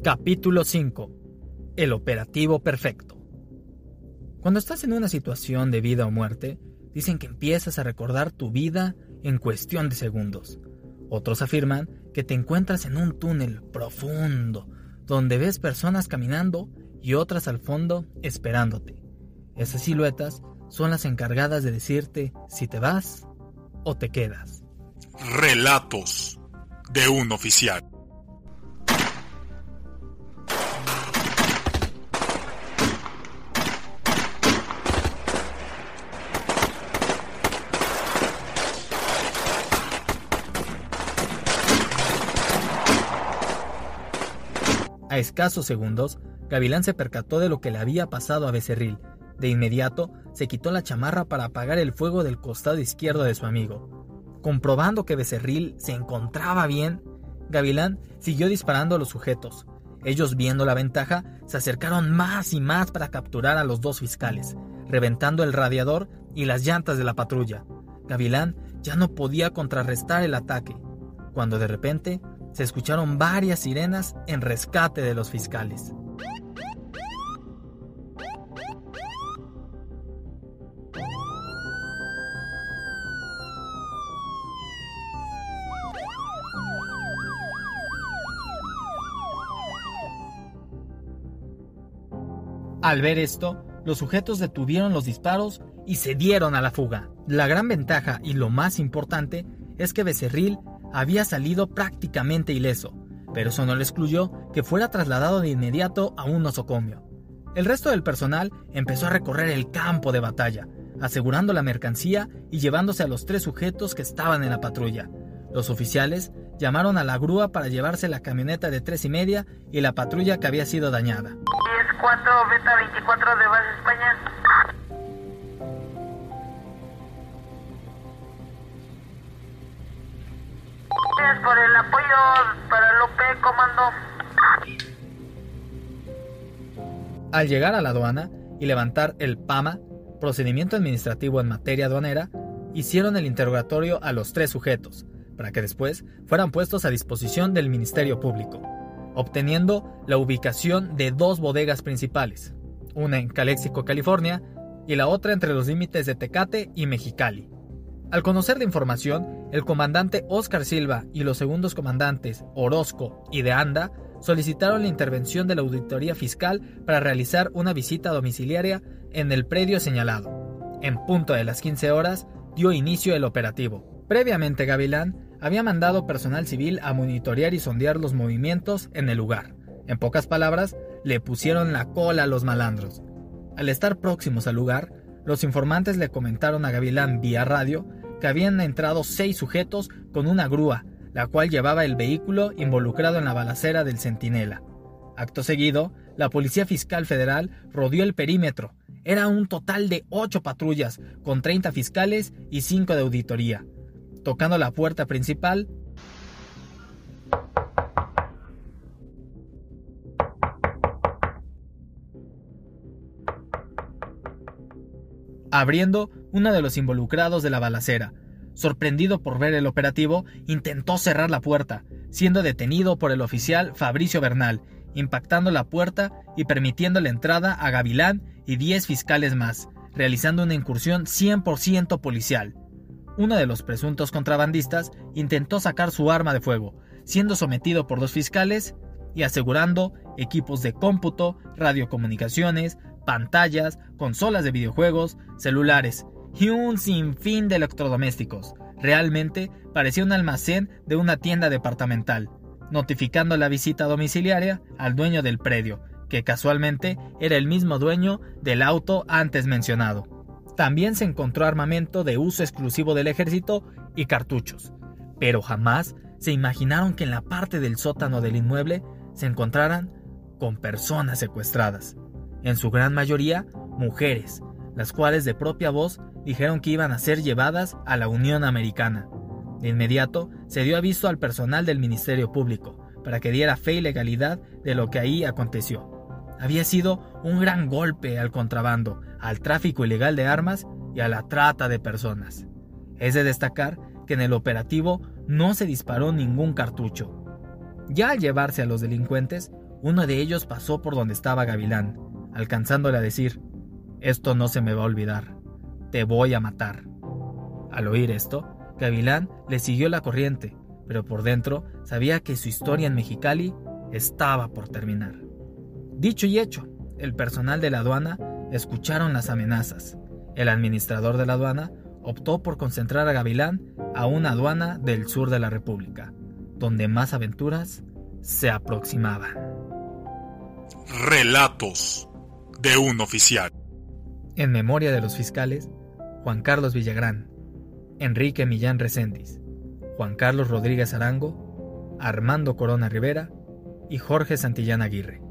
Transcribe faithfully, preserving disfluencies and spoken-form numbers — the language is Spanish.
Capítulo cinco. El operativo perfecto. Cuando estás en una situación de vida o muerte, dicen que empiezas a recordar tu vida en cuestión de segundos. Otros afirman que te encuentras en un túnel profundo, donde ves personas caminando y otras al fondo esperándote. Esas siluetas son las encargadas de decirte si te vas o te quedas. Relatos de un oficial. A escasos segundos, Gavilán se percató de lo que le había pasado a Becerril. De inmediato, se quitó la chamarra para apagar el fuego del costado izquierdo de su amigo. Comprobando que Becerril se encontraba bien, Gavilán siguió disparando a los sujetos. Ellos, viendo la ventaja, se acercaron más y más para capturar a los dos fiscales, reventando el radiador y las llantas de la patrulla. Gavilán ya no podía contrarrestar el ataque, cuando de repente se escucharon varias sirenas en rescate de los fiscales. Al ver esto, los sujetos detuvieron los disparos y se dieron a la fuga. La gran ventaja y lo más importante es que Becerril había salido prácticamente ileso, pero eso no le excluyó que fuera trasladado de inmediato a un nosocomio. El resto del personal empezó a recorrer el campo de batalla, asegurando la mercancía y llevándose a los tres sujetos que estaban en la patrulla. Los oficiales llamaron a la grúa para llevarse la camioneta de tres y media y la patrulla que había sido dañada. diez cuatro, Beta veinticuatro de base España. Gracias por el apoyo para López, comando. Al llegar a la aduana y levantar el P A M A, procedimiento administrativo en materia aduanera, hicieron el interrogatorio a los tres sujetos, para que después fueran puestos a disposición del Ministerio Público, obteniendo la ubicación de dos bodegas principales, una en Calexico, California, y la otra entre los límites de Tecate y Mexicali. Al conocer la información, el comandante Óscar Silva y los segundos comandantes Orozco y de Anda solicitaron la intervención de la auditoría fiscal para realizar una visita domiciliaria en el predio señalado. En punto de las quince horas, dio inicio el operativo. Previamente, Gavilán había mandado personal civil a monitorear y sondear los movimientos en el lugar. En pocas palabras, le pusieron la cola a los malandros. Al estar próximos al lugar, los informantes le comentaron a Gavilán vía radio que habían entrado seis sujetos con una grúa, la cual llevaba el vehículo involucrado en la balacera del Centinela. Acto seguido, la Policía Fiscal Federal rodeó el perímetro. Era un total de ocho patrullas, con treinta fiscales y cinco de auditoría. Tocando la puerta principal, abriendo uno de los involucrados de la balacera. Sorprendido por ver el operativo, intentó cerrar la puerta, siendo detenido por el oficial Fabricio Bernal, impactando la puerta y permitiendo la entrada a Gavilán y diez fiscales más, realizando una incursión cien por ciento policial. Uno de los presuntos contrabandistas intentó sacar su arma de fuego, siendo sometido por dos fiscales y asegurando equipos de cómputo, radiocomunicaciones, pantallas, consolas de videojuegos, celulares y un sinfín de electrodomésticos. Realmente parecía un almacén de una tienda departamental, notificando la visita domiciliaria al dueño del predio, que casualmente era el mismo dueño del auto antes mencionado. También se encontró armamento de uso exclusivo del ejército y cartuchos, pero jamás se imaginaron que en la parte del sótano del inmueble se encontraran con personas secuestradas, en su gran mayoría mujeres, las cuales de propia voz dijeron que iban a ser llevadas a la Unión Americana. De inmediato se dio aviso al personal del Ministerio Público para que diera fe y legalidad de lo que ahí aconteció. Había sido un gran golpe al contrabando, al tráfico ilegal de armas y a la trata de personas. Es de destacar que en el operativo no se disparó ningún cartucho. Ya al llevarse a los delincuentes, uno de ellos pasó por donde estaba Gavilán, alcanzándole a decir: «Esto no se me va a olvidar, te voy a matar». Al oír esto, Gavilán le siguió la corriente, pero por dentro sabía que su historia en Mexicali estaba por terminar. Dicho y hecho, el personal de la aduana escucharon las amenazas. El administrador de la aduana optó por concentrar a Gavilán a una aduana del sur de la República, donde más aventuras se aproximaban. Relatos de un oficial. En memoria de los fiscales Juan Carlos Villagrán, Enrique Millán Reséndiz, Juan Carlos Rodríguez Arango, Armando Corona Rivera y Jorge Santillán Aguirre.